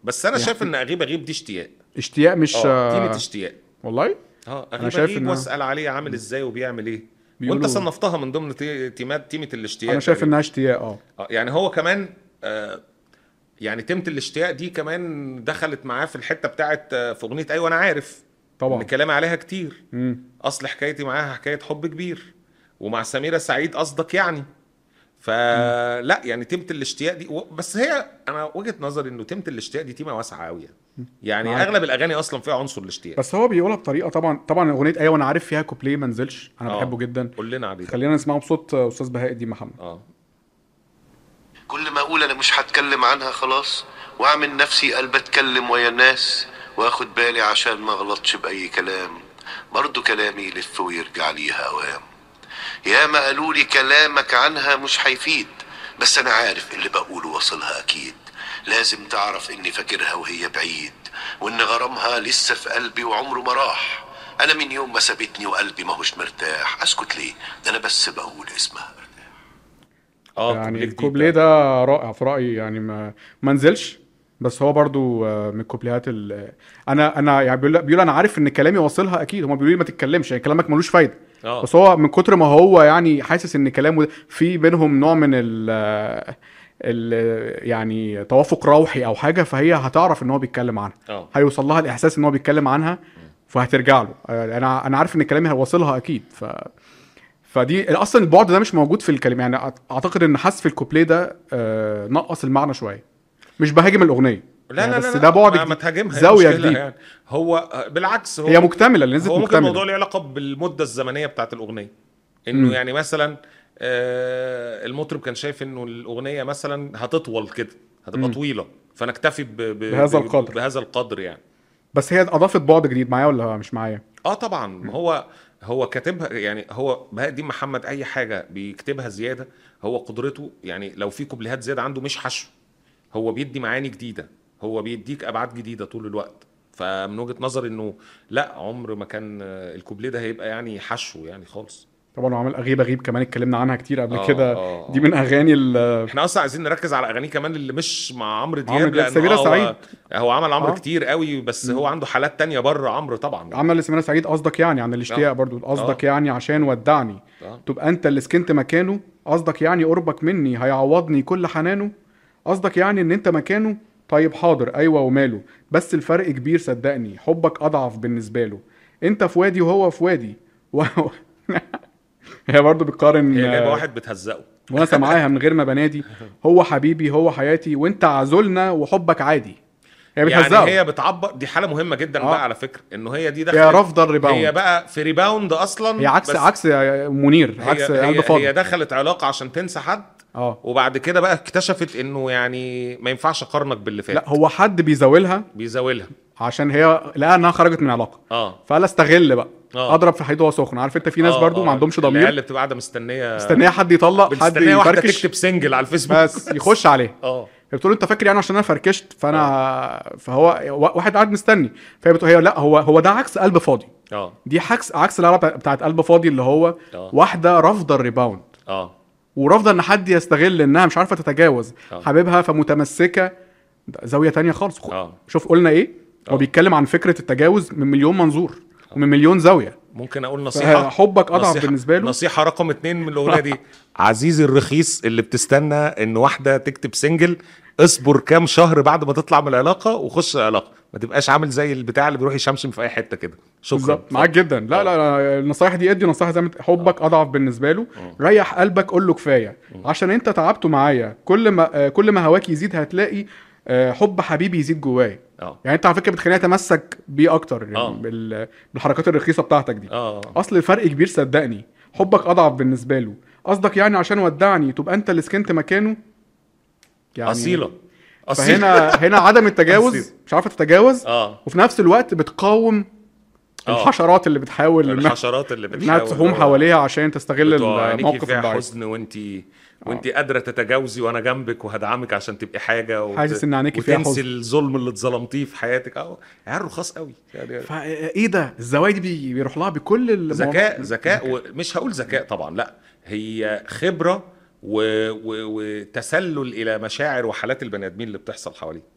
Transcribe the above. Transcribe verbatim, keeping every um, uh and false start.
بس انا شايف ان اغيب اغيب دي اشتياق اشتياق مش اه تيمه اشتياق والله. اه اغيب اغيب واسال عليه عامل ازاي وبيعمل ايه، وانت صنفتها من ضمن تيمات تيمه الاشتياق. انا شايف انها اشتياق اه يعني هو كمان آه يعني تيمه الاشتياق دي كمان دخلت معاه في الحته بتاعت في اغنيه ايوه انا عارف طبعا ان كلامي عليها كتير. مم. اصل حكايتي معاها حكايه حب كبير، ومع سميرة سعيد قصدك يعني. فلا يعني تيمه الاشتياق دي و... بس هي انا وجهه نظري انه تيمه الاشتياق دي تيمه واسعه قوي يعني, يعني معاك. اغلب الاغاني اصلا فيها عنصر الاشتياق، بس هو بيقولها بطريقه طبعا طبعا اغنيه ايوه انا عارف فيها كوبليه ما نزلش انا أوه. بحبه جدا. قول لنا عليه، خلينا نسمعه بصوت استاذ بهاء الدين محمد. اه كل ما اقول انا مش هتكلم عنها خلاص، واعمل نفسي قلب اتكلم ويا الناس، واخد بالي عشان ما غلطش باي كلام، برضو كلامي يلف ويرجع ليها اوام. يا ما قالوا لي كلامك عنها مش هيفيد، بس انا عارف اللي بقوله وصلها اكيد. لازم تعرف اني فاكرها وهي بعيد، وان غرامها لسه في قلبي وعمره ما راح. انا من يوم ما سابتني وقلبي ماهوش مرتاح، اسكت ليه؟ ده انا بس بقول اسمها ارتاح. اه يعني الكوبليه ده رائع في رايي، يعني ما ما نزلش، بس هو برضو من الكوبليهات اللي انا انا يعني بيقول بيقول انا عارف ان كلامي واصلها اكيد. هم بيقولوا لي ما تتكلمش، يعني كلامك ملوش فايده. أوه. بس هو من كتر ما هو يعني حاسس ان كلامه في بينهم نوع من ال ال يعني توافق روحي او حاجه، فهي هتعرف ان هو بيتكلم عنها. أوه. هيوصل لها الاحساس ان هو بيتكلم عنها، فهترجع له. انا انا عارف ان كلامي هيوصلها اكيد. ف فدي اصلا البعد ده مش موجود في الكلمه، يعني اعتقد ان حذف الكوبليه ده آه نقص المعنى شويه. مش بهاجم الاغنيه لا يعني، لا بس لا ده بعد ما, ما تهاجمها زاويه جديده يعني. هو بالعكس هو هي مكتمله اللي نزلت هو مكتمله. ممكن الموضوع له علاقه بالمده الزمنيه بتاعت الاغنيه، انه م. يعني مثلا آه المطرب كان شايف انه الاغنيه مثلا هتطول كده، هتبقى م. طويله، فنكتفي ب ب بهذا القدر بهذا القدر يعني. بس هي اضافت بعد جديد معايا ولا مش معايا؟ اه طبعا. م. هو هو كاتبها يعني، هو بهاء الدين محمد اي حاجه بيكتبها زياده هو قدرته يعني. لو في كوبليهات زياده عنده مش حشو، هو بيدي معاني جديده، هو بيديك ابعاد جديده طول الوقت. فمن وجهه نظر انه لا عمر ما كان الكوبليه ده هيبقى يعني حشو يعني خالص. طبعا هو عمل اغيب اغيب كمان اتكلمنا عنها كتير قبل كده. دي من اغاني احنا اصلا عايزين نركز على اغاني كمان اللي مش مع عمرو دياب، لان سميرة هو سعيد هو عمل عمرو آه. كتير قوي، بس م. هو عنده حالات تانية بره عمرو طبعا. عمل سميرة سعيد قصدك يعني عن الاشتياق آه. برضو قصدك آه. يعني عشان ودعني آه. تبقى انت اللي سكنت مكانه، قصدك يعني قربك مني هيعوضني كل حنانه، قصدك يعني ان انت مكانه. طيب حاضر ايوه وماله، بس الفرق كبير صدقني، حبك اضعف بالنسبه له، انت في وادي وهو في وادي و... هي برضو بتقارن، هي جايبه واحد بتهزقه وانا سامعاها من غير ما بنادي، هو حبيبي هو حياتي وانت عزلنا وحبك عادي. هي بتهزقه يعني، هي بتعبر. دي حاله مهمه جدا آه. بقى على فكره انه هي دي دخلت، هي رافضه الريباوند، هي بقى في ريباوند اصلا. هي عكس عكس منير، عكس قلب فاضي. هي دخلت علاقه عشان تنسى حد اه وبعد كده بقى اكتشفت انه يعني ما ينفعش اقارنك باللي فات. لا هو حد بيزاولها بيزاولها عشان هي لقى انها خرجت من علاقه اه فقال استغل بقى آه. اضرب في حيطه سخن. عارف انت في ناس آه برضو آه. ما عندهمش ضمير، اللي بتبقى قاعده مستنيه مستنيه حد يطلق، حد يفركش، تكتب سنجل على الفيسبوك بس يخش عليه اه بتقول انت فاكر يعني عشان انا فركشت فانا آه. فهو واحد قاعد مستني، فهي بتقول هي لا هو هو ده عكس قلب فاضي اه دي عكس عكس العلاقه بتاعت قلب فاضي اللي هو أوه. واحده رافضه الريباوند اه ورافضه ان حد يستغل انها مش عارفه تتجاوز أوه. حبيبها فمتمسكه. زاويه تانية خالص. أوه. شوف قلنا ايه أوه. هو بيتكلم عن فكره التجاوز من مليون منظور أوه. ومن مليون زاويه. ممكن اقول نصيحه؟ حبك اضعف بالنسبه له. نصيحه رقم اتنين من الاغنيه دي عزيزي الرخيص اللي بتستنى ان واحده تكتب سنجل، اصبر كام شهر بعد ما تطلع من العلاقه وخش العلاقه، ما تبقاش عامل زي البتاع اللي بيروح يشمشم في اي حته كده. شكرا معاك جدا. لا لا, لا النصايح دي ادي نصايح زي ما حبك أوه. اضعف بالنسبه له. أوه. ريح قلبك قول له كفايه أوه. عشان انت تعبته معايا، كل ما كل ما هواك يزيد هتلاقي حب حبيبي يزيد جوايا. يعني انت على فكره بتخليني اتمسك بيه اكتر يعني بالحركات الرخيصه بتاعتك دي. أوه. اصل الفرق كبير صدقني، حبك اضعف بالنسبه له، قصدك يعني عشان ودعني تبقى انت اللي سكنت مكانه. يعني اصيله فهنا هنا عدم التجاوز، مش عارفه تتجاوز آه. وفي نفس الوقت بتقاوم آه. الحشرات اللي بتحاول الحشرات اللي بتحاول تحوم حواليها عشان تستغل الموقف الضعيف. حزن وانت وانت قادره تتجاوزي وانا جنبك وهدعمك عشان تبقي حاجه وت... حاسس ان عينيكي فيها حزن وتنسي الظلم اللي اتظلمتيه في حياتك. اه عيال رخاص قوي يعني. فايه ده الزوايد دي بيروح لها بكل الذكاء ذكاء ومش هقول ذكاء طبعا، لا هي خبره و... و... وتسلل الى مشاعر وحالات البني ادمين اللي بتحصل حواليه.